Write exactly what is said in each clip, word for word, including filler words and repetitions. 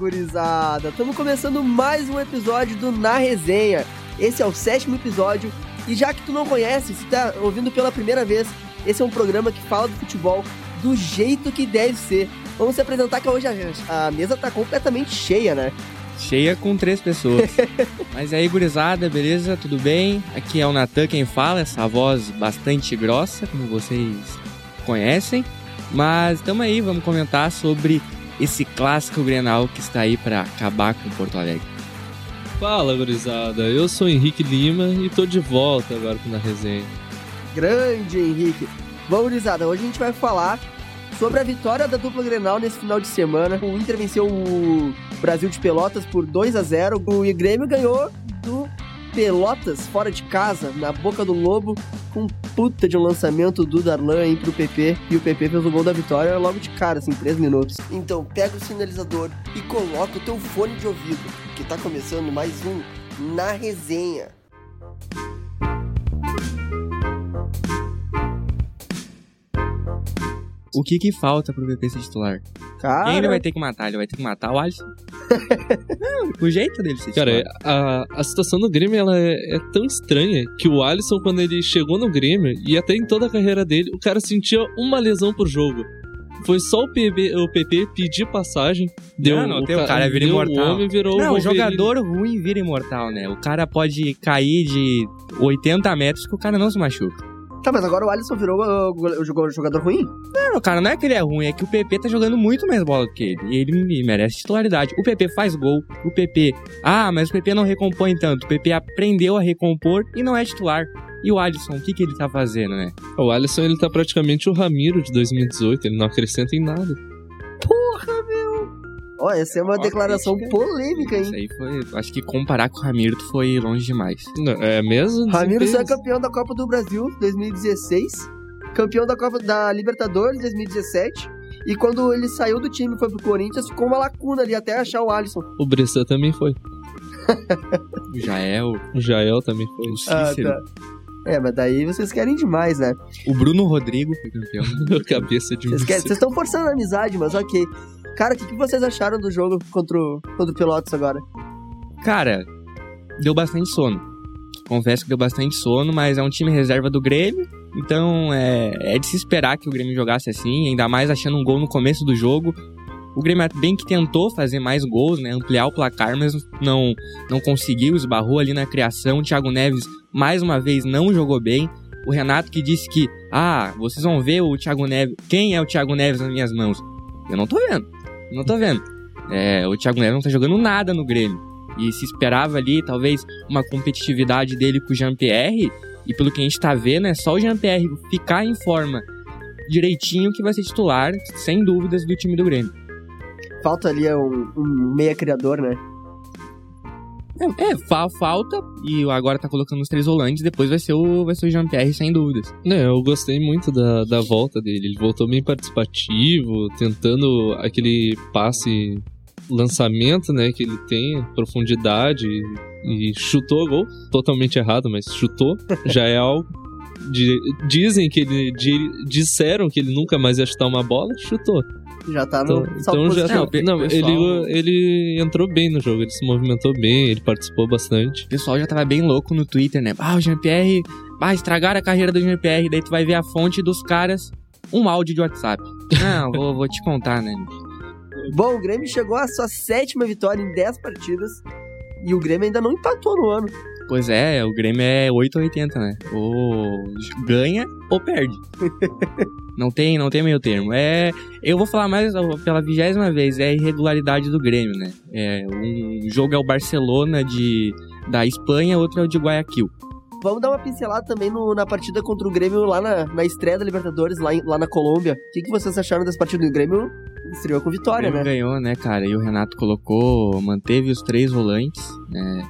gurizada! Estamos começando mais um episódio do Na Resenha. Esse é o sétimo episódio e já que tu não conhece, se tá ouvindo pela primeira vez, esse é um programa que fala do futebol do jeito que deve ser. Vamos se apresentar que hoje a, a mesa tá completamente cheia, né? Cheia com três pessoas. Mas aí, gurizada, beleza? Tudo bem? Aqui é o Natan quem fala, essa voz bastante grossa, como vocês conhecem. Mas tamo aí, vamos comentar sobre esse clássico Grenal que está aí pra acabar com Porto Alegre. Fala, gurizada, eu sou Henrique Lima e tô de volta agora Na Resenha. Grande Henrique. Bom, gurizada, hoje a gente vai falar sobre a vitória da dupla Grenal nesse final de semana. O Inter venceu o Brasil de Pelotas por dois a zero. O Grêmio ganhou do Pelotas fora de casa, na Boca do Lobo, com puta de um lançamento do Darlan aí pro P P. E o P P fez o gol da vitória logo de cara, assim, em três minutos. Então pega o sinalizador e coloca o teu fone de ouvido, que tá começando mais um Na Resenha. O que que falta pro P P ser titular? Cara... Quem ele vai ter que matar? Ele vai ter que matar o Alisson? Não, o jeito dele ser titular. Cara, a, a situação do Grêmio ela é, é tão estranha que o Alisson, quando ele chegou no Grêmio, e até em toda a carreira dele, o cara sentia uma lesão por jogo. Foi só o P P, o P P pedir passagem, deu não, não, o, tem, o cara vira deu imortal. Um homem, virou não, um o jogador ruim vira imortal, né? O cara pode cair de oitenta metros que o cara não se machuca. Tá, mas agora o Alisson virou uh, o jogador ruim? Não, cara, não é que ele é ruim, é que o P P tá jogando muito mais bola do que ele. E ele merece titularidade. O P P faz gol, o P P... Ah, mas o P P não recompõe tanto. O P P aprendeu a recompor e não é titular. E o Alisson, o que que ele tá fazendo, né? O Alisson, ele tá praticamente o Ramiro de dois mil e dezoito, ele não acrescenta em nada. Porra, meu! Ó, essa é uma Nossa, declaração crítica. polêmica, hein? Isso aí foi... Acho que comparar com o Ramiro foi longe demais. Não, é mesmo? Ramiro só é campeão da Copa do Brasil dois mil e dezesseis, campeão da Copa da Libertadores dois mil e dezessete, e quando ele saiu do time e foi pro Corinthians, ficou uma lacuna ali até achar o Alisson. O Bressan também foi. O Jael. O Jael também foi. O Cícero. Ah, tá. É, mas daí vocês querem demais, né? O Bruno Rodrigo foi campeão. Cabeça de Vocês estão forçando a amizade, mas ok. Cara, o que, que vocês acharam do jogo contra o, contra o Pelotas agora? Cara, deu bastante sono. Confesso que deu bastante sono, mas é um time reserva do Grêmio. Então é, é de se esperar que o Grêmio jogasse assim, ainda mais achando um gol no começo do jogo. O Grêmio bem que tentou fazer mais gols, né, ampliar o placar, mas não, não conseguiu, esbarrou ali na criação. O Thiago Neves, mais uma vez, não jogou bem. O Renato que disse que, ah, vocês vão ver o Thiago Neves, quem é o Thiago Neves nas minhas mãos? Eu não tô vendo, não tô vendo. É, o Thiago Neves não tá jogando nada no Grêmio. E se esperava ali, talvez, uma competitividade dele com o Jean-Pierre, e pelo que a gente tá vendo, é só o Jean-Pierre ficar em forma direitinho que vai ser titular, sem dúvidas, do time do Grêmio. Falta ali um, um meia criador, né? É, é fa- falta, e agora tá colocando os três volantes, depois vai ser o, vai ser o Jean-Pierre, sem dúvidas. É, eu gostei muito da, da volta dele, ele voltou bem participativo, tentando aquele passe, lançamento, né, que ele tem, profundidade, e, e chutou o gol, totalmente errado, mas chutou, já é algo. De, dizem que ele, de, disseram que ele nunca mais ia chutar uma bola, chutou. Já tá no Então, então já tá, não, pessoal... ele, ele entrou bem no jogo, ele se movimentou bem, ele participou bastante. O pessoal já tava bem louco no Twitter, né? Ah, o Jean-Pierre, ah, estragaram a carreira do Jean-Pierre, daí tu vai ver a fonte dos caras, um áudio de WhatsApp. Não, vou, vou te contar, né? Bom, o Grêmio chegou à sua sétima vitória em dez partidas e o Grêmio ainda não empatou no ano. Pois é, o Grêmio é oito ou oitenta, né? Ou ganha ou perde. Não tem, não tem meio termo. É, eu vou falar mais pela vigésima vez, é a irregularidade do Grêmio, né? É, um jogo é o Barcelona de, da Espanha, outro é o de Guayaquil. Vamos dar uma pincelada também no, na partida contra o Grêmio lá na, na estreia da Libertadores, lá, em, lá na Colômbia. O que, que vocês acharam dessa partida? O Grêmio estreou com vitória, o Grêmio né? Ganhou, né, cara? E o Renato colocou, manteve os três volantes, né?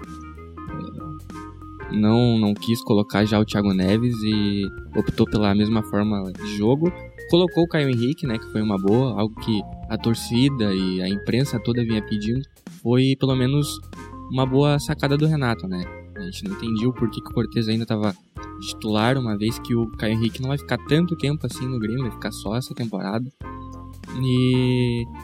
Não, não quis colocar já o Thiago Neves e optou pela mesma forma de jogo. Colocou o Caio Henrique, né, que foi uma boa, algo que a torcida e a imprensa toda vinha pedindo. Foi, pelo menos, uma boa sacada do Renato, né? A gente não entendia o porquê que o Cortez ainda estava titular, uma vez que o Caio Henrique não vai ficar tanto tempo assim no Grêmio, vai ficar só essa temporada. E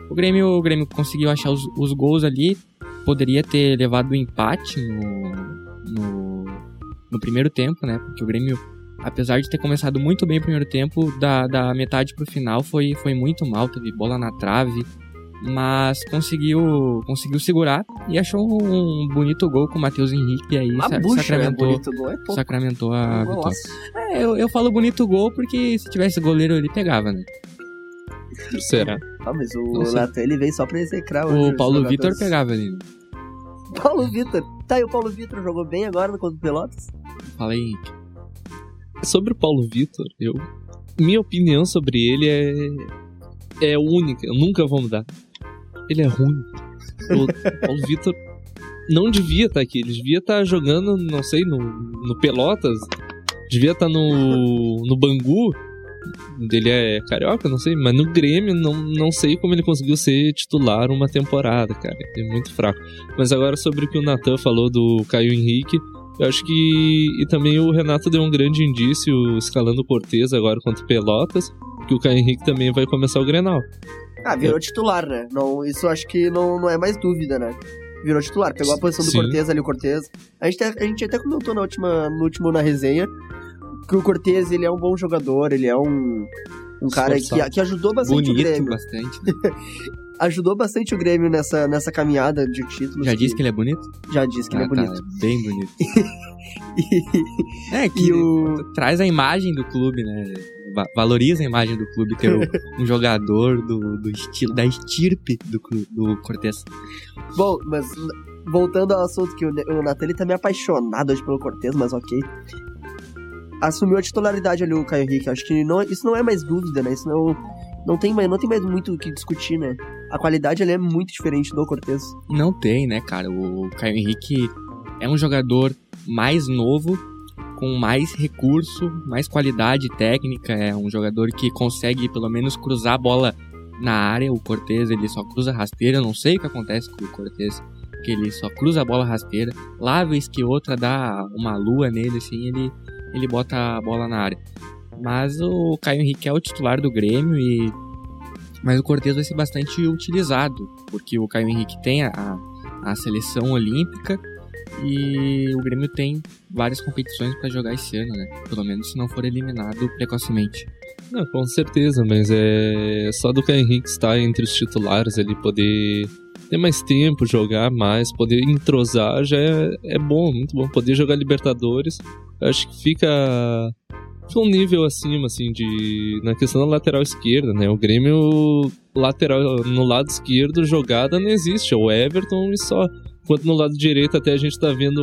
O Grêmio, o Grêmio conseguiu achar os, os gols ali, poderia ter levado o empate no, no, no primeiro tempo, né? Porque o Grêmio, apesar de ter começado muito bem o primeiro tempo, da, da metade pro final foi, foi muito mal, teve bola na trave, mas conseguiu, conseguiu segurar e achou um, um bonito gol com o Matheus Henrique, e aí Uma sa- bucha, sacramentou, né? Bonito gol é pouco. sacramentou a Um vitória. É, eu, eu falo bonito gol porque se tivesse goleiro ele pegava, né? Será? Ah, mas o Não sei. Natan, ele veio só pra execrar O os Paulo jogadores. Vitor pegava ali. Paulo Vitor. Tá, e o Paulo Vitor jogou bem agora no contra o Pelotas? Fala aí, Henrique. Sobre o Paulo Vitor, eu... minha opinião sobre ele é... é única, eu nunca vou mudar. Ele é ruim. O Paulo Vitor não devia estar aqui, ele devia estar jogando, não sei, no, no Pelotas, devia estar no, no Bangu. Ele é carioca, não sei, mas no Grêmio não, não sei como ele conseguiu ser titular uma temporada, cara. É muito fraco. Mas agora sobre o que o Natan falou do Caio Henrique, eu acho que... E também o Renato deu um grande indício escalando o Cortez agora contra o Pelotas, que o Caio Henrique também vai começar o Grenal. Ah, virou titular, né? Não, isso eu acho que não, não é mais dúvida, né? Virou titular, pegou a posição do Sim. Cortez ali, o Cortez. A gente, até- a gente até comentou na última, no último na resenha que o Cortez, ele é um bom jogador, ele é um, um cara que, Esforçado. que ajudou bastante o Bonito, Grêmio. bastante. Né? Ajudou bastante o Grêmio nessa, nessa caminhada de títulos. Já disse que ele é bonito? Já disse que Ah, ele é bonito. Tá, bem bonito. E, É, que e o... traz a imagem do clube, né? Va- Valoriza a imagem do clube, ter o- um jogador do, do estilo, da estirpe do, clu- do Cortez. Bom, mas n- voltando ao assunto que o, Ne- o Natan, ele tá meio apaixonado hoje pelo Cortez, mas ok. Assumiu a titularidade ali o Caio Henrique. Acho que não, isso não é mais dúvida, né? Isso não, não, tem, mais, não tem mais muito o que discutir, né? A qualidade ali é muito diferente do Cortez. Não tem, né, cara? O Caio Henrique é um jogador mais novo, com mais recurso, mais qualidade técnica. É um jogador que consegue, pelo menos, cruzar a bola na área. O Cortez, ele só cruza rasteira. Eu não sei o que acontece com o Cortez, que ele só cruza a bola rasteira. Lá, vez que outra, dá uma lua nele, assim, ele, ele bota a bola na área. Mas o Caio Henrique é o titular do Grêmio e... Mas o Cortez vai ser bastante utilizado, porque o Caio Henrique tem a, a seleção olímpica e o Grêmio tem várias competições para jogar esse ano, né? Pelo menos se não for eliminado precocemente. Não, com certeza, mas é só do Caio Henrique estar entre os titulares, ele poder ter mais tempo, jogar mais, poder entrosar, já é, é bom, muito bom. Poder jogar Libertadores, eu acho que fica, fica um nível acima, assim, de na questão da lateral esquerda, né? O Grêmio lateral no lado esquerdo, jogada não existe, é o Everton e só. Enquanto no lado direito até a gente tá vendo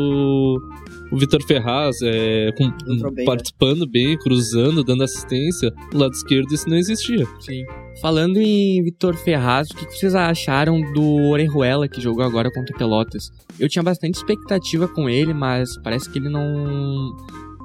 o Vitor Ferraz é, com, Entrou bem, participando bem, cruzando, dando assistência. No lado esquerdo isso não existia. Sim. Falando em Vitor Ferraz, o que vocês acharam do Orejuela, que jogou agora contra o Pelotas? Eu tinha bastante expectativa com ele, mas parece que ele não...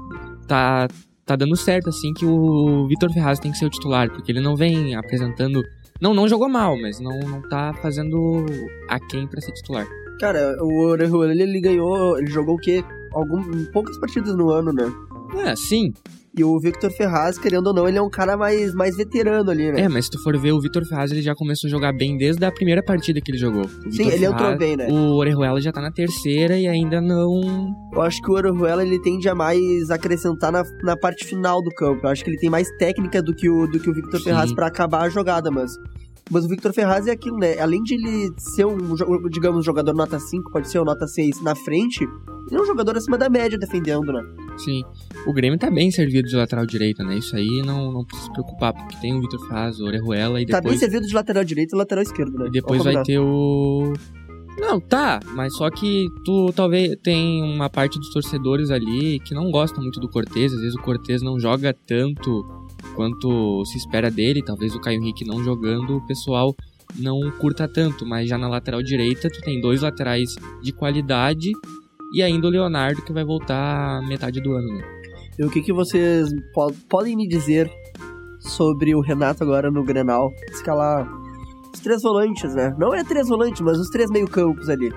Tá, tá dando certo, assim, que o Vitor Ferraz tem que ser o titular, porque ele não vem apresentando... Não, não jogou mal, mas não, não tá fazendo aquém pra ser titular. Cara, o Orejuela, ele, ele ganhou... Ele jogou o quê? Algum, poucas partidas no ano, né? É, sim. E o Victor Ferraz, querendo ou não, ele é um cara mais, mais veterano ali, né? É, mas se tu for ver, o Vitor Ferraz, ele já começou a jogar bem desde a primeira partida que ele jogou. O Sim, Vitor ele entrou Ferraz, bem, né? O Orejuela já tá na terceira e ainda não... Eu acho que o Orejuela, ele tende a mais acrescentar na, na parte final do campo. Eu acho que ele tem mais técnica do que o, do que o Victor Sim. Ferraz pra acabar a jogada, mas... Mas o Victor Ferraz é aquilo, né? Além de ele ser um, jo- digamos, jogador nota cinco, pode ser um nota seis na frente, ele é um jogador acima da média defendendo, né? Sim. O Grêmio tá bem servido de lateral direita, né? Isso aí não, não precisa se preocupar, porque tem o Vitor Ferraz, o Orejuela e Tá bem depois... servido de lateral direito e lateral esquerdo, né? E depois Vamos vai combinar. ter o... Não, tá, mas só que tu talvez tem uma parte dos torcedores ali que não gosta muito do Cortez. Às vezes o Cortez não joga tanto quanto se espera dele. Talvez o Caio Henrique não jogando, o pessoal não curta tanto. Mas já na lateral direita tu tem dois laterais de qualidade e ainda o Leonardo, que vai voltar metade do ano, né? E o que, que vocês po- podem me dizer sobre o Renato agora no Grenal? Escalar os três volantes, né? Não é três volantes, mas os três meio-campos ali.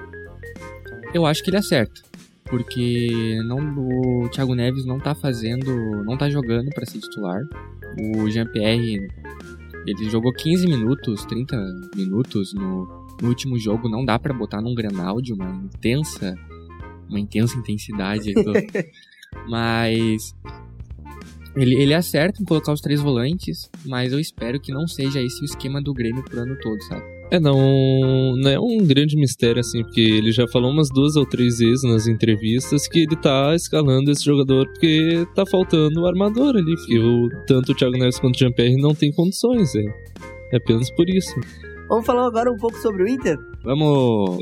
Eu acho que ele acerta, porque não, o Thiago Neves não tá fazendo, não tá jogando pra ser titular. O Jean-Pierre Ele jogou quinze minutos, trinta minutos no, no último jogo. Não dá pra botar num Grenal de uma intensa, uma intensa intensidade. Do... Mas ele, ele acerta em colocar os três volantes, mas eu espero que não seja esse o esquema do Grêmio pro ano todo, sabe? É, não, não é um grande mistério, assim, porque ele já falou umas duas ou três vezes nas entrevistas que ele tá escalando esse jogador porque tá faltando o armador ali, porque o, tanto o Thiago Neves quanto o Jean-Pierre não tem condições, é, é apenas por isso. Vamos falar agora um pouco sobre o Inter? Vamos!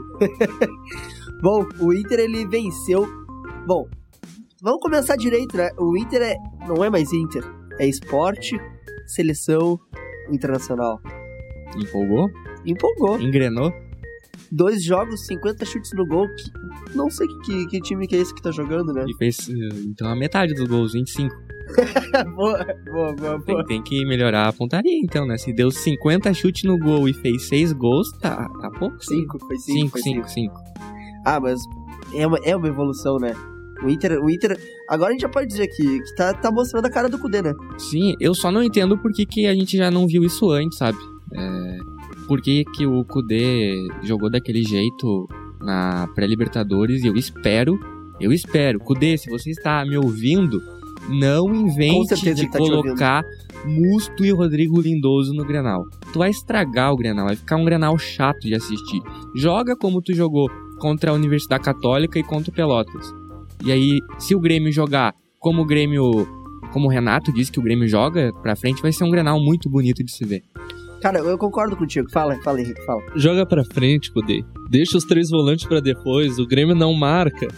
Bom, o Inter, ele venceu... Bom, vamos começar direito, né? O Inter é... não é mais Inter, é Esporte, Seleção Internacional. Empolgou? Empolgou. Engrenou? Dois jogos, cinquenta chutes no gol. Que... não sei que, que, que time que é esse que tá jogando, né? E fez, então, a metade dos gols, vinte e cinco. boa, boa, boa, tem, boa. tem que melhorar a pontaria, então, né? Se deu cinquenta chutes no gol e fez seis gols, tá, tá pouco. Cinco, foi cinco. Cinco, foi cinco, cinco. Ah, mas é uma, é uma evolução, né? O Inter, o Inter, agora a gente já pode dizer que, que tá, tá mostrando a cara do Kudê, né? Sim, eu só não entendo por que, que a gente já não viu isso antes, sabe? É, por que, que o Kudê jogou daquele jeito na pré-Libertadores, e eu espero, eu espero, Kudê, se você está me ouvindo, não invente de tá colocar Musto e Rodrigo Lindoso no Grenal. Tu vai estragar o Grenal, vai ficar um Grenal chato de assistir. Joga como tu jogou contra a Universidade Católica e contra o Pelotas. E aí, se o Grêmio jogar como o Grêmio, como o Renato disse que o Grêmio joga pra frente, vai ser um Grenal muito bonito de se ver. Cara, eu concordo contigo. Fala, fala, Henrique, fala. Joga pra frente, Kudê. Deixa os três volantes pra depois. O Grêmio não marca.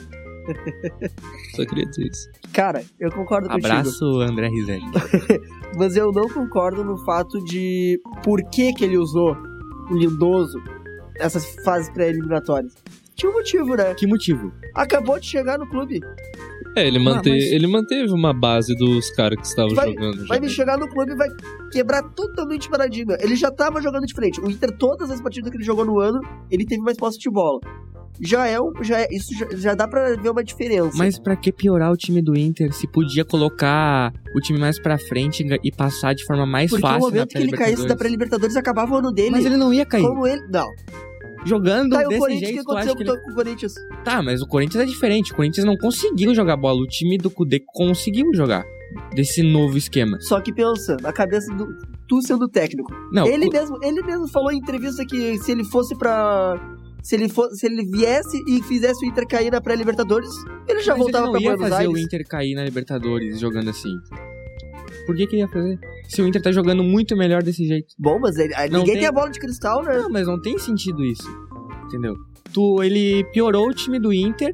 Só queria dizer isso. Cara, eu concordo contigo. Abraço, André Rizek. Mas eu não concordo no fato de por que que ele usou o Lindoso nessas fases pré-eliminatórias. Tinha um motivo, né? Que motivo? Acabou de chegar no clube. É, ele, mante... Ah, mas... ele manteve uma base dos caras que estavam vai, jogando. Vai já. me chegar no clube e vai quebrar totalmente o paradigma. Ele já tava jogando diferente. O Inter, todas as partidas que ele jogou no ano, ele teve mais posse de bola. Já é um. Já é, isso já, já dá pra ver uma diferença. Mas pra que piorar o time do Inter se podia colocar o time mais pra frente e passar de forma mais Porque fácil? Porque no momento que ele caísse da pré-Libertadores, acabava o ano dele. Mas ele não ia cair. Como ele. Não. Jogando tá, desse o jeito, que aconteceu que com ele... o Corinthians? Tá, mas o Corinthians é diferente. O Corinthians não conseguiu jogar bola. O time do Kudê conseguiu jogar desse novo esquema. Só que pensa, na cabeça do... tu sendo técnico. Não, ele, o... mesmo, ele mesmo falou em entrevista que se ele fosse pra... Se ele, for, se ele viesse e fizesse o Inter cair na pré-Libertadores, ele já mas voltava pra Buenos Aires. Ele não ia fazer Aires. o Inter cair na Libertadores jogando assim. Por que que ele ia fazer? Se o Inter tá jogando muito melhor desse jeito. Bom, mas ele, ninguém tem... tem a bola de cristal, né? Não, mas não tem sentido isso. Entendeu? Tu, ele piorou o time do Inter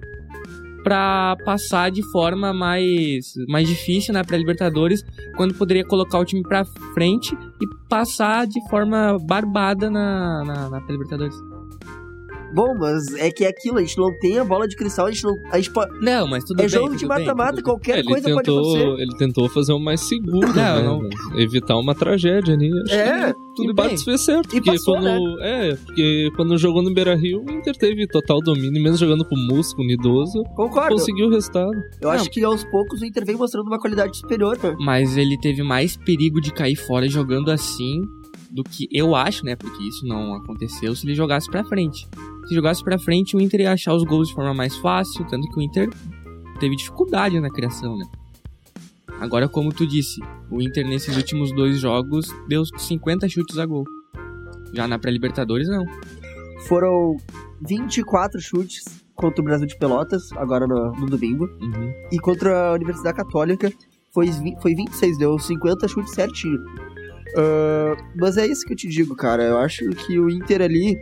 pra passar de forma mais, mais difícil na pré-Libertadores, quando poderia colocar o time pra frente e passar de forma barbada na, na, na pré-Libertadores. Bom, mas é que é aquilo, a gente não tem a bola de cristal, a gente não... A gente pode... Não, mas tudo é bem. É jogo de mata-mata, qualquer é, coisa tentou, pode acontecer. Ele tentou fazer o mais seguro, não, né? não... Evitar uma tragédia ali. Acho é, que tudo em bem. partes foi certo. E porque passou, quando, né? É, porque quando jogou no Beira-Rio, o Inter teve total domínio, mesmo jogando com o Musco, o Nidoso, Concordo. conseguiu o resultado. Eu não. acho que aos poucos o Inter vem mostrando uma qualidade superior, né? Mas ele teve mais perigo de cair fora jogando assim do que eu acho, né? Porque isso não aconteceu se ele jogasse pra frente. Se jogasse pra frente, o Inter ia achar os gols de forma mais fácil, tanto que o Inter teve dificuldade na criação, né? Agora, como tu disse, o Inter nesses últimos dois jogos deu cinquenta chutes a gol. Já na pré-Libertadores, não. Foram vinte e quatro chutes contra o Brasil de Pelotas, agora no, no domingo. Uhum. E contra a Universidade Católica foi, foi vinte e seis, deu cinquenta chutes certinho. Uh, mas é isso que eu te digo, cara. Eu acho que o Inter ali...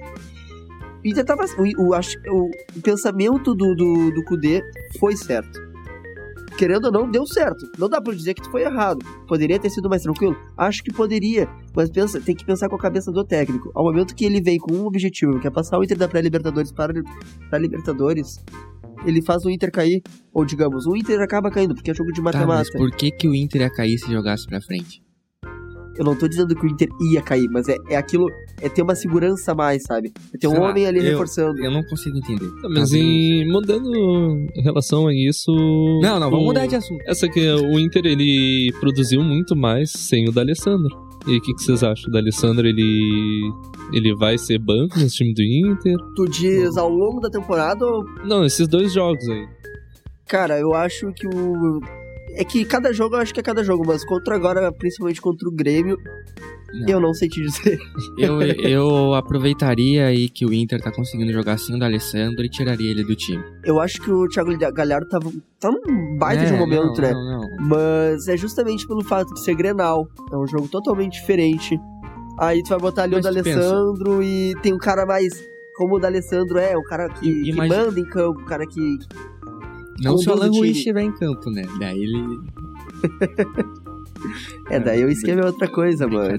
O Inter tava... O, o, o, o pensamento do, do, do Kudê foi certo. Querendo ou não, deu certo. Não dá pra dizer que foi errado. Poderia ter sido mais tranquilo? Acho que poderia. Mas pensa, tem que pensar com a cabeça do técnico. Ao momento que ele vem com um objetivo, que é passar o Inter da pré-Libertadores para a Libertadores, ele faz o Inter cair. Ou, digamos, o Inter acaba caindo, porque é jogo de mata-mata. Tá, mas por que, que o Inter ia cair se jogasse pra frente? Eu não tô dizendo que o Inter ia cair, mas é, é aquilo, é ter uma segurança a mais, sabe? É ter um Sei homem lá, ali eu, reforçando. Eu não consigo entender. Tá, mas em, mudando em relação a isso... Não, não, vamos o, mudar de assunto. Essa que o Inter, ele produziu muito mais sem o D'Alessandro. E o que, que vocês acham? O D'Alessandro, ele, ele vai ser banco nesse time do Inter? Tu diz ao longo da temporada ou... Não, esses dois jogos aí. Cara, eu acho que o... É que cada jogo, eu acho que é cada jogo, mas contra agora, principalmente contra o Grêmio, não. Eu não sei te dizer. Eu, eu aproveitaria aí que o Inter tá conseguindo jogar sem o D'Alessandro e tiraria ele do time. Eu acho que o Thiago Galhardo tava, tá num baita é, de um momento, não, né? Não, não. Mas é justamente pelo fato de ser Grenal. É um jogo totalmente diferente. Aí tu vai botar ali mas o D'Alessandro pensa. E tem um cara mais... Como o D'Alessandro é, o cara que, que imagina... manda em campo, o cara que... Não se o Alan Ruiz estiver em campo, né? Daí ele... é, daí o esquema é outra coisa, mano.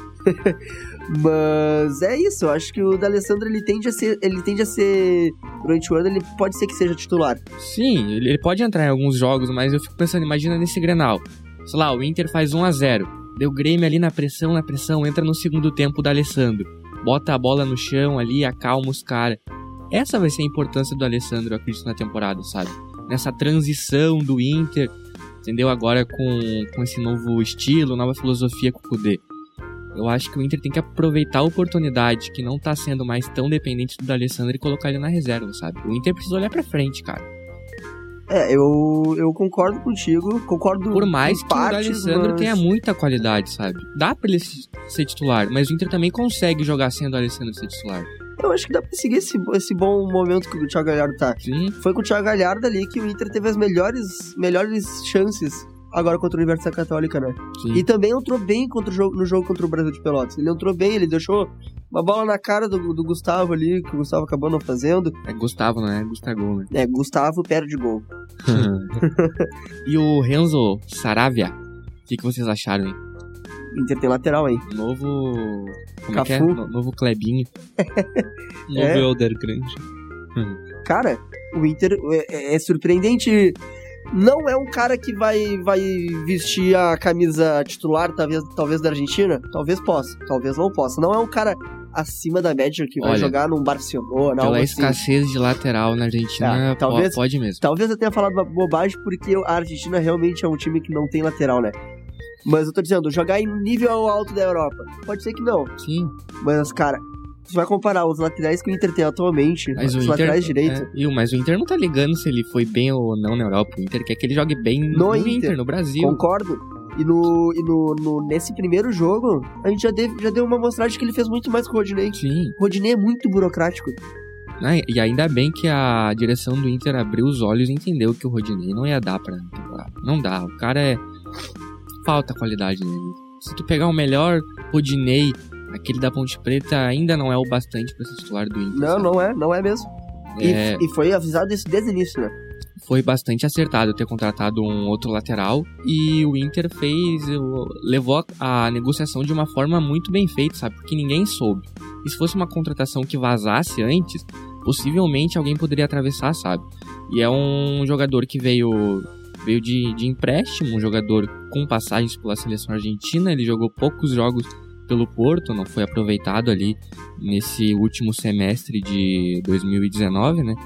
Mas é isso, eu acho que o D'Alessandro ele tende a ser, ele tende a ser, durante o ano, ele pode ser que seja titular. Sim, ele pode entrar em alguns jogos, mas eu fico pensando, imagina nesse Grenal. Sei lá, o Inter faz um a zero, deu o Grêmio ali na pressão, na pressão, entra no segundo tempo o D'Alessandro, bota a bola no chão ali, acalma os caras. Essa vai ser a importância do D'Alessandro, eu acredito, na temporada, sabe? Nessa transição do Inter, entendeu? Agora com, com esse novo estilo, nova filosofia com o Kudê. Eu acho que o Inter tem que aproveitar a oportunidade que não tá sendo mais tão dependente do D'Alessandro e colocar ele na reserva, sabe? O Inter precisa olhar pra frente, cara. É, eu, eu concordo contigo, concordo Por mais que partes, o D'Alessandro mas... tenha muita qualidade, sabe? Dá pra ele ser titular, mas o Inter também consegue jogar sem o D'Alessandro ser titular. Eu acho que dá pra seguir esse, esse bom momento que o Thiago Galhardo tá. Sim. Foi com o Thiago Galhardo ali que o Inter teve as melhores, melhores chances agora contra o Universidade Católica, né? Sim. E também entrou bem contra o jogo, no jogo contra o Brasil de Pelotas. Ele entrou bem, ele deixou uma bola na cara do, do Gustavo ali, que o Gustavo acabou não fazendo. É Gustavo, né? É Gustavo, né? É, Gustavo perde gol. E o Renzo Saravia, o que, que vocês acharam, hein? Inter tem lateral, hein? Novo... Como Cafu. é que é? No, novo Clebinho. Novo É. Helder Grande. Cara, o Inter é, é surpreendente. Não é um cara que vai, vai vestir a camisa titular, talvez, talvez da Argentina. Talvez possa, talvez não possa. Não é um cara acima da média que vai Olha, jogar num Barcelona. Pela algo assim. escassez de lateral na Argentina, É, talvez- po- pode mesmo. Talvez eu tenha falado uma bobagem, porque a Argentina realmente é um time que não tem lateral, né? Mas eu tô dizendo, jogar em nível alto da Europa. Pode ser que não. Sim, Mas, cara, você vai comparar os laterais que o Inter tem atualmente, mas o os Inter... laterais direitos. É, e o- mas o Inter não tá ligando se ele foi bem ou não na Europa. O Inter quer que ele jogue bem No no, Inter, Inter. no Brasil. Concordo. E, no, e no, no- nesse primeiro jogo, a gente já, deve, já deu uma mostragem que ele fez muito mais que o Rodinei. Sim. O Rodinei é muito burocrático. Ah, e ainda bem que a direção do Inter abriu os olhos e entendeu que o Rodinei não ia dar pra temporada. Não dá, o cara é... Falta qualidade nele. Se tu pegar o melhor Rodinei, aquele da Ponte Preta, ainda não é o bastante pra ser titular do Inter. Não, sabe? não é, não é mesmo. É, E, e foi avisado isso desde o início, né? Foi bastante acertado ter contratado um outro lateral e o Inter fez, o- levou a, a negociação de uma forma muito bem feita, sabe? Porque ninguém soube. E se fosse uma contratação que vazasse antes, possivelmente alguém poderia atravessar, sabe? E é um jogador que veio, veio de, de empréstimo, um jogador com passagens pela seleção argentina, ele jogou poucos jogos pelo Porto, não foi aproveitado ali nesse último semestre de dois mil e dezenove, né?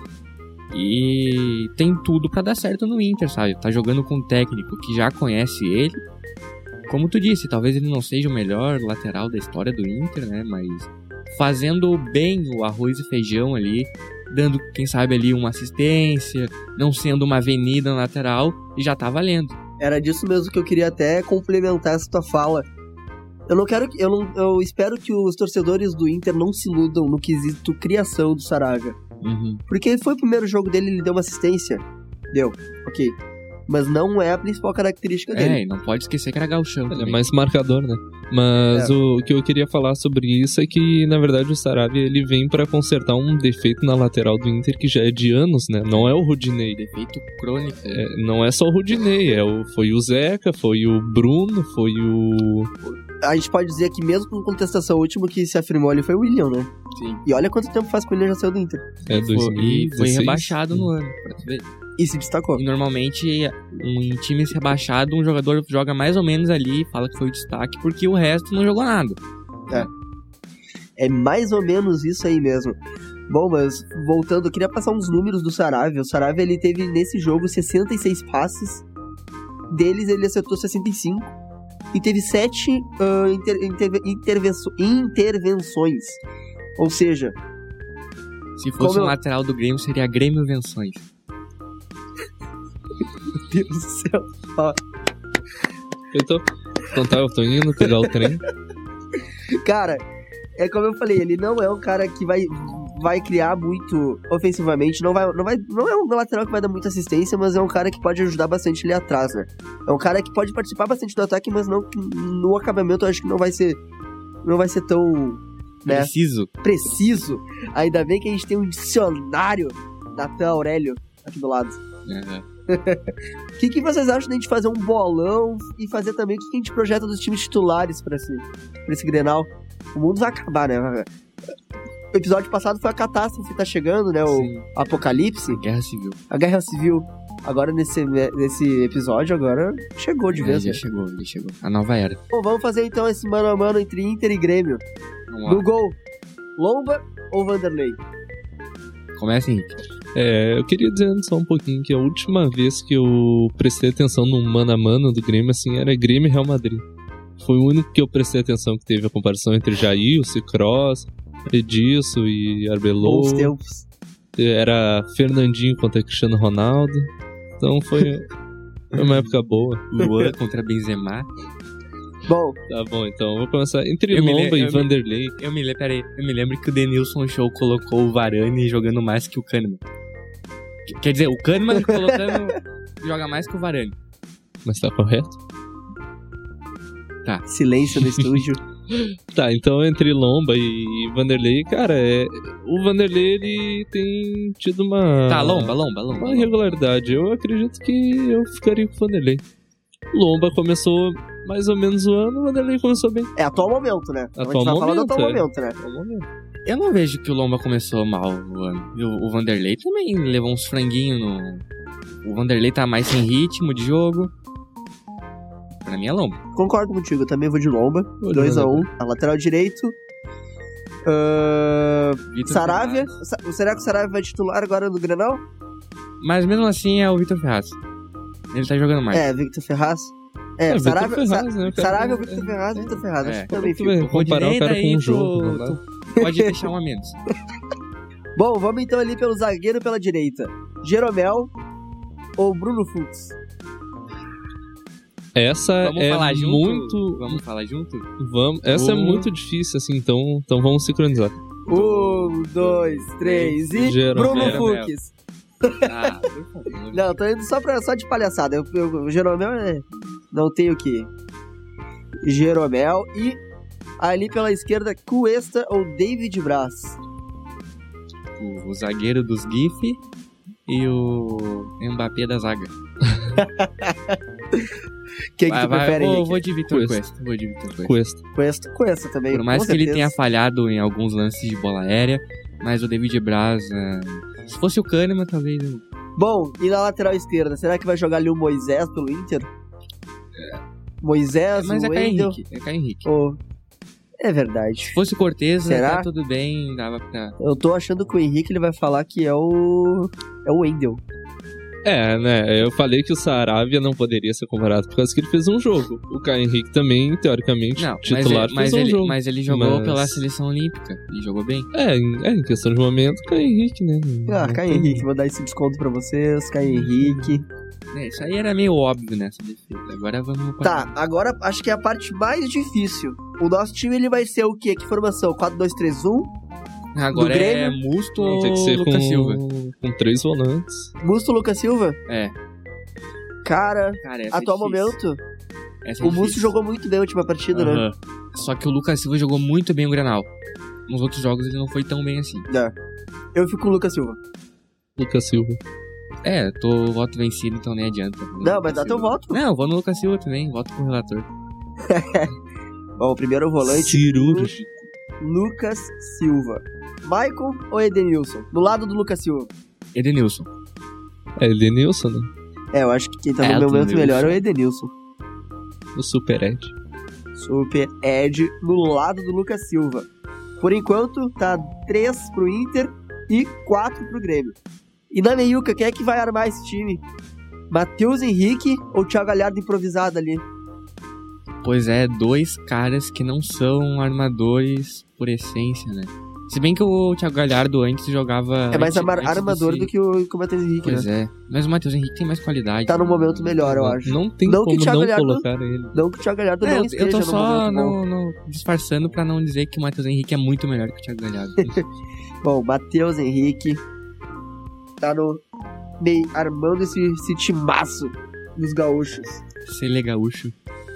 E tem tudo pra dar certo no Inter, sabe? Tá jogando com um técnico que já conhece ele. Como tu disse, talvez ele não seja o melhor lateral da história do Inter, né? Mas fazendo bem o arroz e feijão ali, dando, quem sabe, ali uma assistência, não sendo uma avenida na lateral, e já tá valendo. Era disso mesmo que eu queria até complementar essa tua fala. Eu não quero que. Eu, não, eu espero que os torcedores do Inter não se iludam no quesito criação do Saravia. Uhum. Porque foi o primeiro jogo dele, ele deu uma assistência. Deu, ok. Mas não é a principal característica É, dele. e não pode esquecer que era gauchão Ele é também. mais marcador, né? Mas É. o que eu queria falar sobre isso é que, na verdade, o Saravia ele vem pra consertar um defeito na lateral do Inter que já é de anos, né? Não é o Rodinei. Defeito crônico. É, não é só o Rodinei, é o, foi o Zeca, foi o Bruno, foi o... A gente pode dizer que mesmo com contestação, o último que se afirmou ali foi o William, né? Sim. E olha quanto tempo faz que o William já saiu do Inter. É Foi- dois mil e e foi dezesseis. rebaixado no ano, pra tu ver. E se destacou. E normalmente, um, em times rebaixados, um jogador joga mais ou menos ali, fala que foi o destaque, porque o resto não jogou nada. É mais ou menos isso aí mesmo. Bom, mas voltando, eu queria passar uns números do Saravia. O Saravia, ele teve nesse jogo sessenta e seis passes. Deles, ele acertou sessenta e cinco. e teve sete uh, inter, interve, intervenço, intervenções. Ou seja... Se fosse como um eu... lateral do Grêmio, seria Grêmio Venções. Meu Deus do céu. Ó. Eu tô... Então tá, eu tô indo pegar o trem. Cara, é como eu falei, ele não é um cara que vai, vai criar muito ofensivamente, não, vai, não, vai, não é um lateral que vai dar muita assistência, mas é um cara que pode ajudar bastante ali atrás, né? É um cara que pode participar bastante do ataque, mas não, no acabamento eu acho que não vai ser, não vai ser tão... Né, preciso. Preciso. Ainda bem que a gente tem um dicionário Natan Aurélio aqui do lado. Uhum. O que, que vocês acham da gente fazer um bolão e fazer também o que, que a gente projeta dos times titulares pra esse, pra esse Grenal? O mundo vai acabar, né? O episódio passado foi a catástrofe que tá chegando, né? O Sim. Apocalipse. Guerra Civil. A Guerra Civil. Agora, nesse, nesse episódio, agora chegou de É, vez. já né? chegou, já chegou. A nova era. Bom, vamos fazer então esse mano a mano entre Inter e Grêmio. Vamos lá. No gol, Lomba ou Vanderlei? Começa, Henrique. É, eu queria dizer só um pouquinho que a última vez que eu prestei atenção no mano a mano do Grêmio, assim, era Grêmio e Real Madrid. Foi o único que eu prestei atenção que teve a comparação entre Jailson, Kroos, Edilson e Arbeloa. Bons tempos. Era Fernandinho contra Cristiano Ronaldo. Então foi, foi uma época boa. Luan contra Benzema. Bom, Tá bom, então vou começar entre Eu me Lomba le- e eu me- Vanderlei. Eu me lembro, peraí, eu me lembro que o Denilson Show colocou o Varane jogando mais que o Kahneman. Qu- Quer dizer, o Kahneman colocando joga mais que o Varane. Mas tá correto? silêncio no estúdio. Tá, então entre Lomba e Vanderlei, cara, é, o Vanderlei ele tem tido uma. Tá, lomba, lomba, lomba. Uma lomba. irregularidade. Eu acredito que eu ficaria com o Vanderlei. Lomba começou mais ou menos o ano, o Vanderlei começou bem. É atual momento, né? Então Atual a gente vai falar do momento, atual é. momento, né? Tá bom, Eu não vejo que o Lomba começou mal o ano. E O, o Vanderlei também levou uns franguinhos no... O Vanderlei tá mais sem ritmo de jogo. Pra mim é Lomba. Concordo contigo, eu também vou de Lomba. Vou de dois a um. Lomba. A lateral direito. Ahn, Vitor Saravia. Ferraz. Sa- Será que o Saravia vai titular agora no Grenal? Mas mesmo assim é o Vitor Ferraz. Ele tá jogando mais. É, Victor Ferraz. É, É, Vitor Saravia, Ferraz, Sa- né, cara? Saravia, É, Victor Ferraz, Victor Ferraz. É. Acho que também Tu fica. vê, O comparar o Rodinei, cara daí com um tu- jogo. não dá. tu pode deixar um a menos. Bom, vamos então ali pelo zagueiro pela direita. Jeromel ou Bruno Fux? Essa Vamos é falar junto? muito. Vamos falar junto? Vamos, essa é Um. muito difícil, assim, então, então vamos sincronizar. Um, dois, três e... Jeromel. Bruno Jeromel. Fux. Ah, por favor. Não, tô indo só, pra, só de palhaçada. Eu, eu, o Jeromel é... Não tem o que. Jeromel e... Ali pela esquerda, Cuesta ou David Braz? O, o zagueiro dos GIF e o Mbappé da zaga. Quem que Vai, tu vai, prefere, vou, Henrique? vou de Vitor Cuesta. Cuesta. Vou de Vitor Cuesta. Cuesta. Cuesta, Cuesta também. Por mais com que ele certeza. tenha falhado em alguns lances de bola aérea, mas o David Braz, é, se fosse o Kahneman, talvez. eu- Bom, e na lateral esquerda, será que vai jogar ali o Moisés pelo Inter? Moisés, Mas o é Caio Wendel... Henrique. É Caio Henrique. ou- É verdade. Se fosse o Cortez, Será? tá tudo bem, dava pra. Eu tô achando que o Henrique ele vai falar que é o... É o Wendel. É, né? Eu falei que o Saravia não poderia ser comparado por causa que ele fez um jogo. O Caio Henrique também, teoricamente, Não, mas, titular, ele, mas, fez um ele, jogo. mas ele jogou Mas- pela seleção olímpica e jogou bem. É, em, é, em questão de momento, Caio Henrique, né? Ah, Não Caio tem- Henrique, vou dar esse desconto pra vocês, Caio Henrique. É, isso aí era meio óbvio nessa defesa. Agora vamos pra. Tá, agora acho que é a parte mais difícil. O nosso time ele vai ser o quê? Que formação? quatro dois três um? Agora do é Grêmio? Musto Não, tem que ou ser Lucas com, Silva. com três volantes. Musto Lucas Silva? É. Cara, Cara, essa atual é difícil. momento, Essa é o Musto difícil. jogou muito bem a última partida, né? Aham. Só que o Lucas Silva jogou muito bem o Grenal. Nos outros jogos ele não foi tão bem assim. É. Eu fico com o Lucas Silva. Lucas Silva. É, tô voto vencido, então nem adianta. Vou no Não, Lucas mas dá teu Silva. voto. Não, eu vou no Lucas Silva também, voto com o relator. Bom, o primeiro volante, Cirúrgico. Lucas Silva. Maicon ou Edenilson? Do lado do Lucas Silva. Edenilson. É, Edenilson, né? É, eu acho que quem tá É, no momento Edenilson. melhor é o Edenilson. O Super Ed. Super Ed no lado do Lucas Silva. Por enquanto, tá três pro Inter e quatro pro Grêmio. E na meiuca, quem é que vai armar esse time? Matheus Henrique ou Thiago Galhardo improvisado ali? Pois é, dois caras que não são armadores por essência, né? Se bem que o Thiago Galhardo antes jogava... É mais antes, amar- antes armador desse... do que o, que o Matheus Henrique, Pois né? é, mas o Matheus Henrique tem mais qualidade. Tá num né? momento melhor, eu não, acho. Não tem Não que o como Thiago não Galhardo- colocar ele. Não que o Thiago Galhardo É, não eu, esteja eu tô no só momento bom. no, no, disfarçando pra não dizer que o Matheus Henrique é muito melhor que o Thiago Galhardo. Bom, Matheus Henrique tá no meio, armando esse, esse timaço dos gaúchos. Se ele é gaúcho.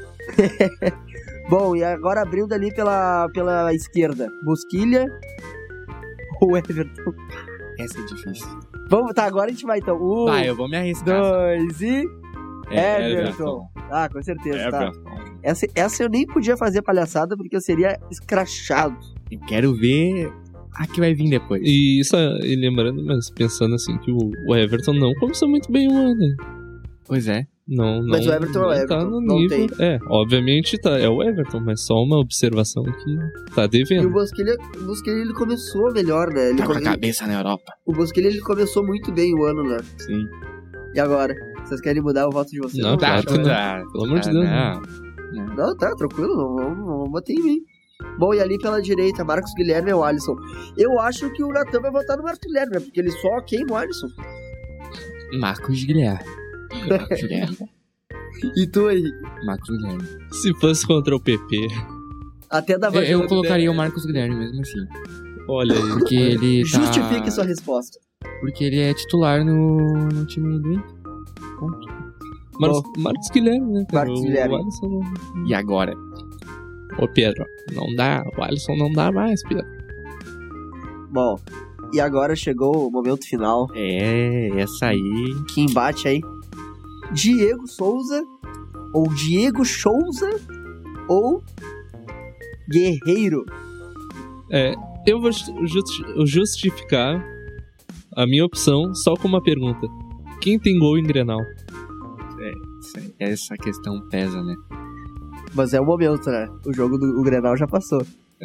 Bom, e agora abrindo ali pela, pela esquerda. Bosquilha ou Everton? Essa é difícil. Vamos, tá, agora a gente vai então. Um, Vai, eu vou me arriscar. dois e... É, Everton. Ah, com certeza, tá. Everton. Essa, essa eu nem podia fazer palhaçada porque eu seria escrachado. Eu quero ver a que vai vir depois. E isso, e lembrando, mas pensando assim, que o, o Everton não começou muito bem o ano, hein? Pois é. Não, não, Mas o Everton é o não Everton, tá no não nível. tem. É, obviamente tá, é o Everton, mas só uma observação que tá E o devendo. Bosquilha, o Bosquilha ele começou melhor, né? Ele Tá com a come- cabeça na Europa. O Bosquilha ele começou muito bem o ano, né? Sim. E agora? Vocês querem mudar o voto de vocês? Não, claro que não. tá. Pelo amor de Tá, Deus. não. Não. Não, tá, tranquilo, não vamos, não vamos bater em mim. Bom, e ali pela direita, Marcos Guilherme ou Alisson? Eu acho que o Natan vai votar no Marcos Guilherme, né? Porque ele só queima o Alisson. Marcos Guilherme. Marcos Guilherme. E tu aí? Marcos Guilherme. Se fosse contra o P P, Até dava Eu, eu jogo, colocaria né? o Marcos Guilherme mesmo assim. olha aí. Porque ele tá... Justifique sua resposta. Porque ele é titular no, no time do Inter. Ponto. Marcos, Marcos Guilherme, né? cara? Marcos O- Guilherme. O Alisson não... E agora? Ô, Pedro, não dá. O Alisson não dá mais, Pedro. Bom, e agora chegou o momento final. É, essa aí... Que embate aí. Diego Souza ou Diego Souza ou Guerreiro? É, eu vou justi- justificar a minha opção só com uma pergunta. Quem tem gol em Grenal? Essa, essa questão pesa, né? Mas é o momento, né? O jogo do o Grenal já passou.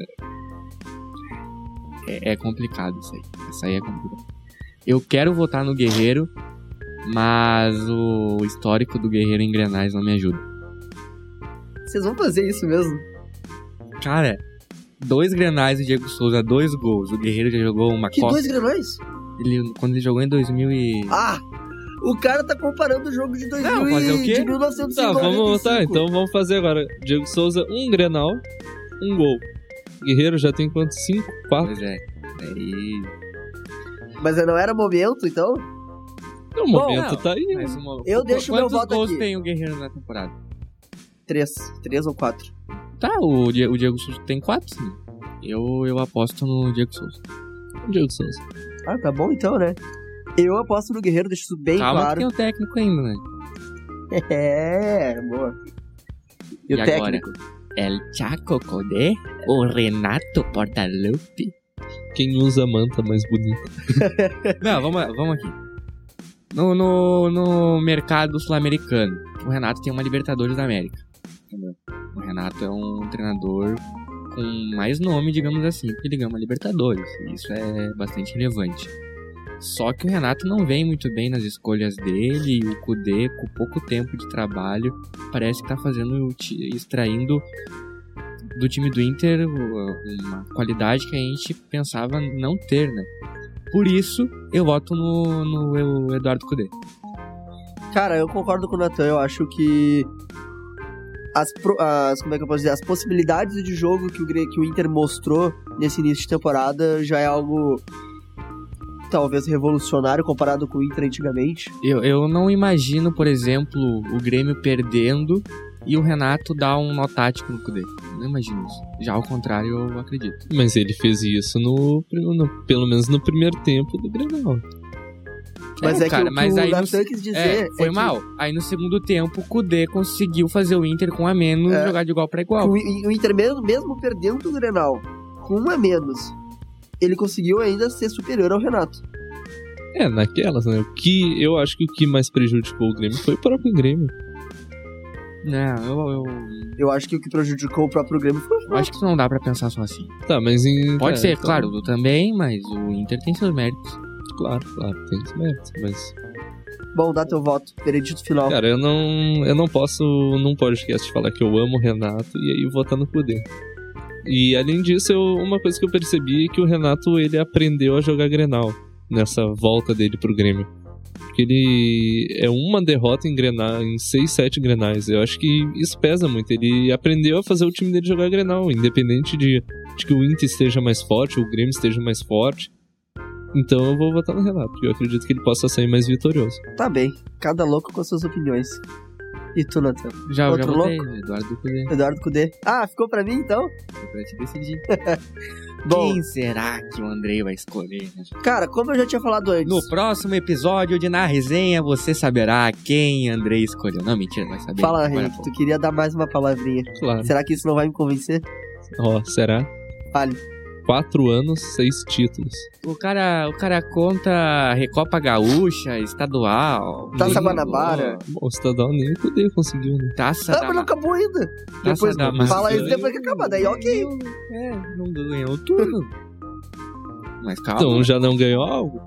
É, é complicado isso aí. Essa aí é complicado. Eu quero votar no Guerreiro, mas o histórico do Guerreiro em Grenais não me ajuda. Vocês vão fazer isso mesmo? Cara, dois Grenais do Diego Souza, dois gols. O Guerreiro já jogou uma Que Copa. dois Grenais? Ele, quando ele jogou em dois mil e... Ah! O cara tá comparando o jogo de dois mil Não, fazer o e... quê? de mil novecentos e Tá, noventa e cinco. vamos tá, então vamos fazer agora. Diego Souza, um Grenal, um gol. Guerreiro já tem quantos? Cinco? Quatro? Pois é. Aí... Mas não era momento, então? No Bom, momento não, tá aí. mas né? uma- Eu deixo meu Quantos voto gols aqui. tem o Guerreiro na temporada? Três. Três ou quatro. Tá, o, Die- o Diego Souza tem quatro, sim. Eu, eu aposto no Diego Souza. Diego Souza. Ah, tá bom então, né? Eu aposto no Guerreiro, deixo isso bem Calma que claro. tem o técnico ainda, né? É, boa. E, E o agora? técnico? El Chaco Codé, o Renato Portaluppi. Quem usa a manta mais bonita? Não, vamos, vamos aqui. No, no, no mercado sul-americano, o Renato tem uma Libertadores da América. Entendeu? O Renato é um treinador com mais nome, digamos assim, porque ele ganha uma Libertadores. Isso é bastante relevante. Só que o Renato não vem muito bem nas escolhas dele, e o Kudê, com pouco tempo de trabalho, parece que tá fazendo, o ti- extraindo do time do Inter uma qualidade que a gente pensava não ter, né? Por isso, eu voto no, no Eduardo Kudê. Cara, eu concordo com o Natan. Eu acho que as, pro- as, como é que eu posso dizer? As possibilidades de jogo que o, Gre- que o Inter mostrou nesse início de temporada já é algo talvez revolucionário comparado com o Inter antigamente. Eu, eu não imagino, por exemplo, o Grêmio perdendo e o Renato dar um nó tático no Kudê. Não imagino isso. Já ao contrário, eu acredito. Mas ele fez isso no, no pelo menos no primeiro tempo do Grenal. Mas é, cara, que o mas que aí o no- Natan quis dizer É, foi é que mal. Aí no segundo tempo, o Kudê conseguiu fazer o Inter com a menos É. jogar de igual pra igual. o, o Inter mesmo, mesmo perdendo o Grenal com um a menos, ele conseguiu ainda ser superior ao Renato. É, naquelas, né? O que eu acho que o que mais prejudicou o Grêmio foi o próprio Grêmio. Não, eu, eu, Eu acho que o que prejudicou o próprio Grêmio foi o eu acho que não dá pra pensar só assim. Tá, mas em. Pode é, ser, então, claro, o também, mas o Inter tem seus méritos. Claro, claro, tem esse mérito, mas. Bom, dá teu voto. Veredito final. Cara, eu não, eu não posso num podcast falar que eu amo o Renato e aí votar no Kudê. E além disso, eu, uma coisa que eu percebi é que o Renato, ele aprendeu a jogar Grenal nessa volta dele pro Grêmio. Porque ele é uma derrota em Grenal, em seis, sete Grenais. Eu acho que isso pesa muito. Ele aprendeu a fazer o time dele jogar Grenal, independente de, de que o Inter esteja mais forte, ou o Grêmio esteja mais forte. Então eu vou votar no Renato, porque eu acredito que ele possa sair mais vitorioso. Tá bem. Cada louco com as suas opiniões. E tu, Natan? Já, Outro já votei, louco? Eduardo Cudê. Eduardo Cudê. Ah, ficou pra mim, então? Foi pra te decidir. Bom, Quem será que o Andrei vai escolher? cara, como eu já tinha falado antes... No próximo episódio de Na Resenha, você saberá quem Andrei escolheu. Não, mentira, vai saber. Fala, Agora, Henrique, tu queria dar mais uma palavrinha. Claro. Será que isso não vai me convencer? Ó, será? Fale. Quatro anos, seis títulos. O cara, o cara conta Recopa Gaúcha, Estadual... Taça Liga, Guanabara. Bom, o estadual nem o Kudê conseguiu, né? Taça Ah, da... mas não acabou ainda. Depois da fala Macia. isso depois que acabar, daí ok. É, não ganhou tudo. Mas calma. Então já não ganhou algo?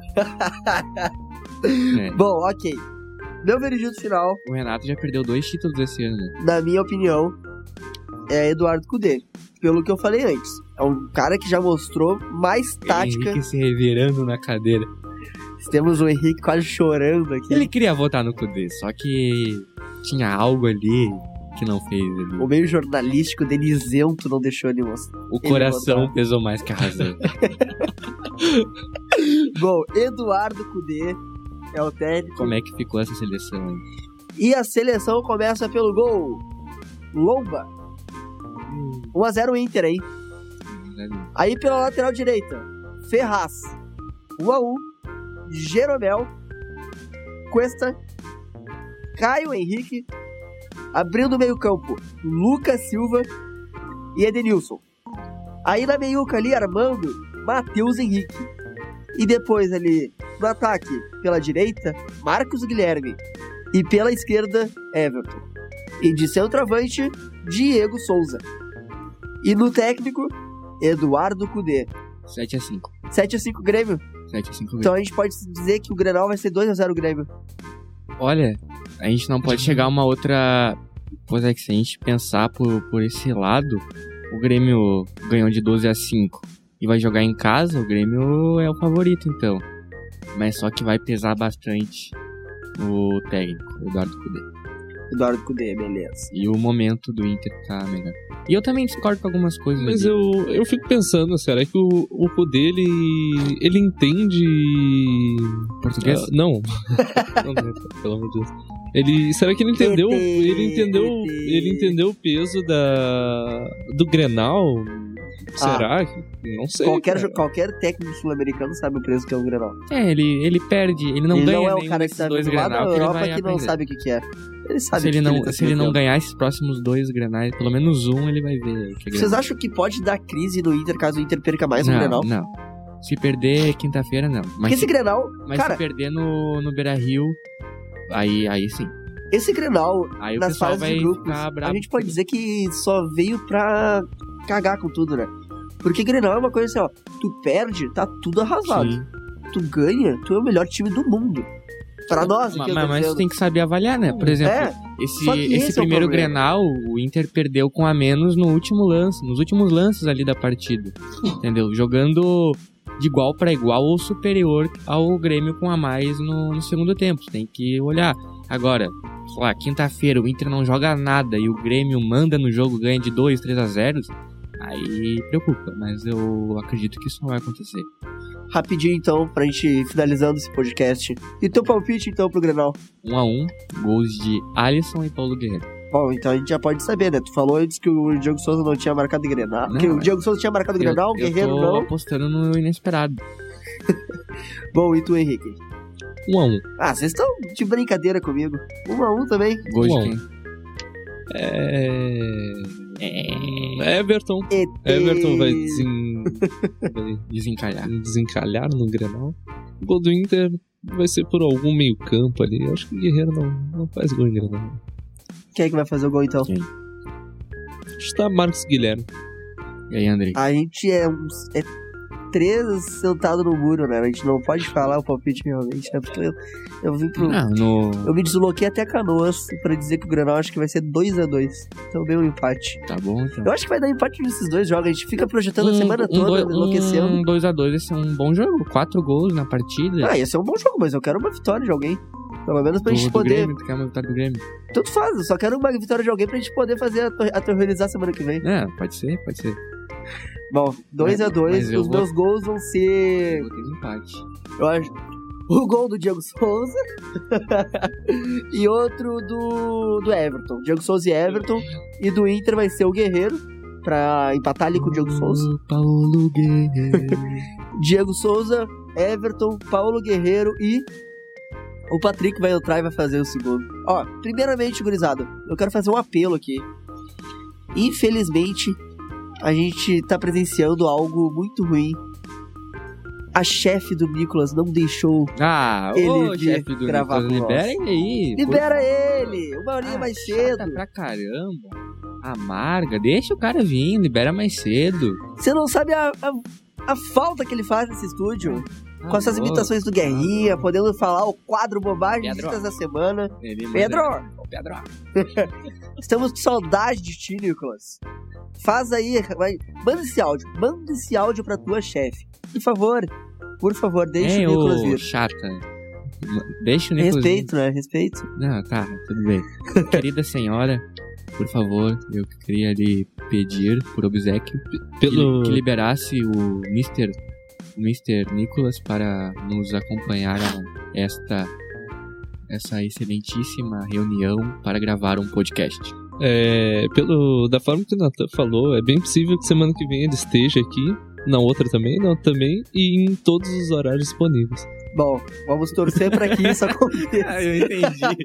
É. Bom, ok. Meu veredito final, O Renato já perdeu dois títulos esse ano, né? na minha opinião, é Eduardo Cudê. Pelo que eu falei antes. É um cara que já mostrou mais tática. Henrique se revirando na cadeira. Temos o Henrique quase chorando aqui. Ele queria votar no Cudê, só que tinha algo ali que não fez ali. O meio jornalístico dele isento não deixou ele mostrar. O coração pesou mais que a razão. Bom, Eduardo Cudê é o técnico. Como é que ficou essa seleção aí? E a seleção começa pelo gol. Lomba. um a zero Inter, hein? Aí pela lateral direita, Ferraz. um a um Jeromel. Cuesta. Caio Henrique. Abrindo o meio campo, Lucas Silva e Edenilson. Aí na meiuca ali, armando, Matheus Henrique. E depois ali, no ataque, pela direita, Marcos Guilherme. E pela esquerda, Everton. E de centroavante, Diego Souza. E no técnico, Eduardo Cudê. sete a cinco. sete a cinco Grêmio. sete a cinco. Então a gente pode dizer que o Grenal vai ser dois a zero Grêmio. Olha, a gente não pode chegar a uma outra... Pois é que se a gente pensar por, por esse lado, o Grêmio ganhou de doze a cinco e vai jogar em casa, o Grêmio é o favorito, então. Mas só que vai pesar bastante o técnico, o Eduardo Cudê. Eduardo Cudê, beleza. E o momento do Inter tá melhor. E eu também discordo com algumas coisas. Mas ali. eu, eu fico pensando, será que o, o Kudê, ele, ele entende... Português? Ah, não. Não, pelo amor de Deus. Ele, será que ele entendeu, ele entendeu, ele entendeu o peso da, do Grenal? Será? Não sei. Qualquer, cara. jo- qualquer técnico sul-americano sabe o preço que é um Grenal. É, ele, ele perde, ele não ele ganha não é o nenhum cara que desses tá dois vindo lá da Grenal que ele Europa vai que não aprender. sabe o que, que é. Ele sabe Se o que ele que não, tá se ele não metendo. ganhar esses próximos dois Grenais, pelo menos um, ele vai ver. o que é Vocês Grenal. acham que pode dar crise no Inter caso o Inter perca mais um não, Grenal? Não, Se perder quinta-feira, não. Porque Mas, esse se, Grenal, mas cara, se perder no, no Beira-Rio, aí, aí sim. esse Grenal, Aí o nas pessoal fases vai de grupos, ficar bravo. a gente pode dizer que só veio pra cagar com tudo, né? Porque Grenal é uma coisa assim, ó, tu perde, tá tudo arrasado. Sim. Tu ganha, tu é o melhor time do mundo. Pra nós, Mas, aqui eu tô mas, mas dizendo. tu tem que saber avaliar, né? Por exemplo, É, esse, só que esse, esse é o primeiro problema. Grenal, o Inter perdeu com a menos no último lance, nos últimos lances ali da partida. Entendeu? Jogando de igual pra igual ou superior ao Grêmio com a mais no, no segundo tempo. Tu tem que olhar. Agora, sei lá, quinta-feira o Inter não joga nada e o Grêmio manda no jogo, ganha de dois, três a zero. Aí preocupa, mas eu acredito que isso não vai acontecer. rapidinho então, pra gente ir finalizando esse podcast. E teu palpite então pro Grenal? um a um, gols de Alisson e Paulo Guerreiro. Bom, então a gente já pode saber, né? Tu falou antes que o Diego Souza não tinha marcado Grenal. Não, Que o é. Diego Souza tinha marcado Grenal, o eu, Guerreiro eu tô não. apostando no inesperado. Bom, e tu, Henrique? Um a um. Ah, vocês estão de brincadeira comigo. Um a um também. Gols Um a de um. quem? É... É... Everton. E... Everton vai, desen... vai Desencalhar. desencalhar no Grenal. O gol do Inter vai ser por algum meio campo ali. Eu acho que o Guerreiro não, não faz gol em Grenal. Quem é que vai fazer o gol então? Quem? Acho que tá Marcos Guilherme. E aí, Andrei? A gente é um. É três sentado no muro, né? A gente não pode falar o palpite realmente, né? Porque eu, eu vim pro... Não, no... Eu me desloquei até Canoas pra dizer que o Grenal acho que vai ser dois a dois. Então deu um empate. Tá bom, então. Eu acho que vai dar empate nesses dois jogos. A gente fica projetando um, a semana um toda, dois, enlouquecendo. Um dois a dois, esse é um bom jogo. Quatro gols na partida. Ah, ia ser um bom jogo, mas eu quero uma vitória de alguém. Pelo menos pra do, gente do poder... Grêmio, tu quer uma vitória do Grêmio? Tanto faz, eu só quero uma vitória de alguém pra gente poder fazer a tor- aterrorizar semana que vem. É, pode ser, pode ser. Bom, dois a dois, mas eu os vou- meus gols vão ser... Eu vou ter um empate. Eu acho... O gol do Diego Souza e outro do, do Everton. Diego Souza e Everton. E do Inter vai ser o Guerreiro, pra empatar ali com o Diego Souza. O Paulo Guerreiro. Diego Souza, Everton, Paulo Guerreiro e o Patrick vai entrar e vai fazer o segundo. Ó, primeiramente, gurizada, eu quero fazer um apelo aqui. Infelizmente, a gente tá presenciando algo muito ruim. A chefe do Nicolas não deixou. Ah, Ele ô, vir chefe do gravar Nicolas, com nós. libera ele aí. Libera ele! Uma horinha Ah, mais chata cedo. pra caramba. Amarga, deixa o cara vir, libera mais cedo. Você não sabe a, a, a falta que ele faz nesse estúdio. Com essas Alô? imitações do Guerrinha, podendo falar o quadro bobagem Pedro. ditas da semana. Ele manda- Pedro! Ô, Pedro! Estamos com saudade de ti, Nicolas. Faz aí, vai, manda esse áudio. Manda esse áudio pra tua chefe. Por favor, por favor, deixa Ei, o Nicolas ô, vir. chata. Deixa o Nicolas Respeito, né? Respeito. vir. Não, tá, tudo bem. Querida senhora, por favor, eu queria lhe pedir, por obséquio, Pelo... que, que liberasse o mister mister Nicolas para nos acompanhar a esta essa excelentíssima reunião para gravar um podcast. É, pelo, da forma que o Nathan falou, é bem possível que semana que vem ele esteja aqui, na outra também, na outra também, e em todos os horários disponíveis. Bom, vamos torcer pra que isso aconteça. Ah, eu entendi.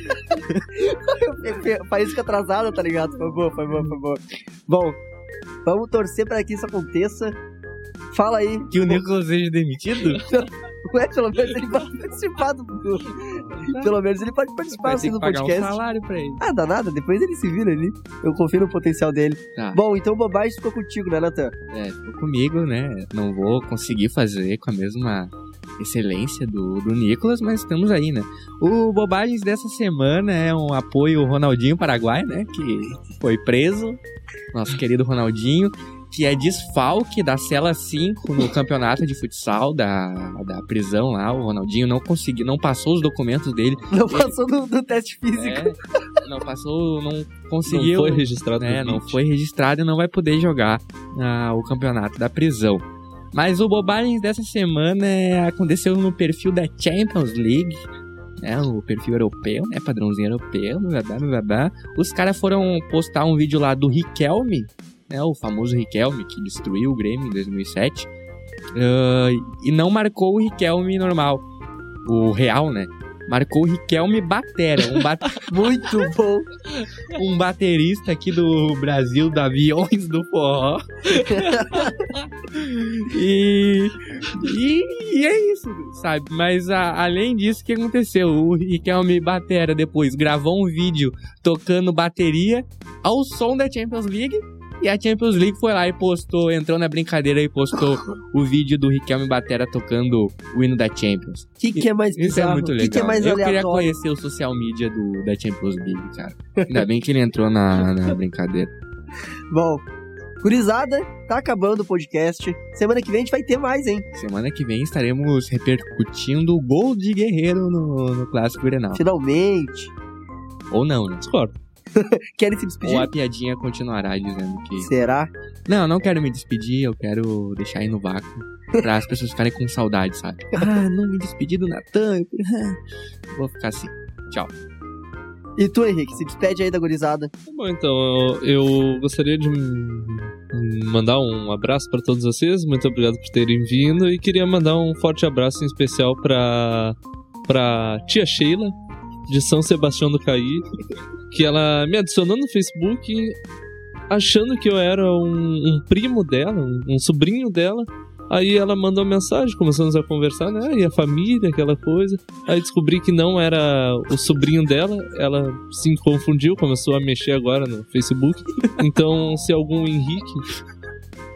Faísca atrasada, tá ligado? Foi boa, foi boa, foi boa. Bom, vamos torcer pra que isso aconteça. Fala aí. Que o Nicolas seja demitido? Ué, pelo menos ele pode participar do... do- Pelo menos ele pode participar Vai assim ter do que pagar um podcast. salário pra ele. Ah, dá nada, depois ele se vira ali. Eu confio no potencial dele. Tá. Bom, então bobagem ficou contigo, né, Nathan? É, ficou comigo, né? Não vou conseguir fazer com a mesma excelência do, do Nicolas, mas estamos aí, né? O Bobagens dessa semana é um apoio ao Ronaldinho Paraguai, né? Que foi preso. Nosso querido Ronaldinho, que é desfalque da cela cinco no campeonato de futsal da, da prisão lá. O Ronaldinho não conseguiu, não passou os documentos dele. Não passou do, do teste físico. É, não passou, não conseguiu. Não foi registrado É, no não Bit. foi registrado e não vai poder jogar ah, o campeonato da prisão. Mas o Bobagens dessa semana é, aconteceu no perfil da Champions League, né, o perfil europeu, né, padrãozinho europeu, blá, blá, blá, blá. Os caras foram postar um vídeo lá do Riquelme, né, o famoso Riquelme que destruiu o Grêmio em dois mil e sete, ah, e não marcou o Riquelme normal, o real, né? Marcou o Riquelme Batera, um bat... Muito bom. um baterista aqui do Brasil, da Aviões do Forró. e, e, e é isso, sabe? Mas a, além disso, o que aconteceu? O Riquelme Batera depois gravou um vídeo tocando bateria ao som da Champions League. E a Champions League foi lá e postou, entrou na brincadeira e postou o vídeo do Riquelme Batera tocando o hino da Champions. O que, que é mais Isso é bizarro? muito O legal. que, que é mais Eu queria aleatório? conhecer o social media do, da Champions League, cara. Ainda bem que ele entrou na, na brincadeira. Bom, gurizada, tá acabando o podcast. Semana que vem a gente vai ter mais, hein? Semana que vem estaremos repercutindo o gol de Guerreiro no, no Clássico Grenal. Finalmente. Ou não, né? Discordo. Querem se Ou despedir? a piadinha continuará dizendo que... Será? Não, eu não quero me despedir, eu quero deixar aí no vácuo. Pra as pessoas ficarem com saudade, sabe? Ah, não me despedi do Natan. Vou ficar assim. Tchau. E tu, Henrique, se despede aí da gurizada. Tá bom, então, eu, eu gostaria de m- mandar um abraço para todos vocês. Muito obrigado por terem vindo. E queria mandar um forte abraço em especial para pra tia Sheila, de São Sebastião do Caí, que ela me adicionou no Facebook achando que eu era um, um primo dela, um, um sobrinho dela. Aí ela mandou uma mensagem, começamos a conversar, né? E a família, aquela coisa. Aí descobri que não era o sobrinho dela. Ela se confundiu, começou a mexer agora no Facebook. Então, se algum Henrique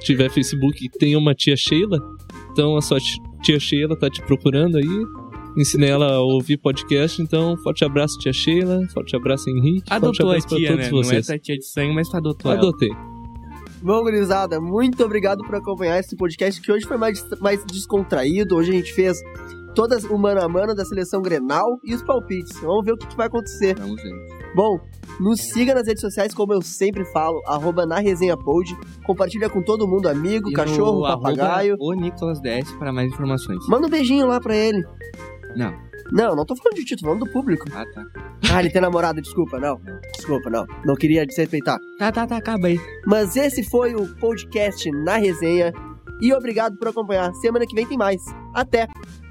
tiver Facebook e tem uma tia Sheila, então a sua tia Sheila tá te procurando aí. Ensinei ela a ouvir podcast, então forte abraço, tia Sheila, forte abraço, Henrique. Adotou forte abraço a tia, pra todos né? vocês. Não é tua tia de sangue, mas tu adotou ela. Adotei. Bom, gurizada, muito obrigado por acompanhar esse podcast que hoje foi mais, mais descontraído. Hoje a gente fez todas o mano a mano da seleção Grenal e os palpites. Vamos ver o que, que vai acontecer. Vamos ver. Bom, nos siga nas redes sociais, como eu sempre falo, arroba na resenha pod. Compartilha com todo mundo, amigo, E cachorro, no papagaio. arroba O Nicolas D S para mais informações. Manda um beijinho lá pra ele. Não. Não, não tô falando de ti, tô falando do público. Ah, tá. Ah, ele tem namorada, desculpa, não. Desculpa, não. Não queria desrespeitar. Tá, tá, tá, acaba aí. Mas esse foi o podcast Na Resenha. E obrigado por acompanhar. Semana que vem tem mais. Até!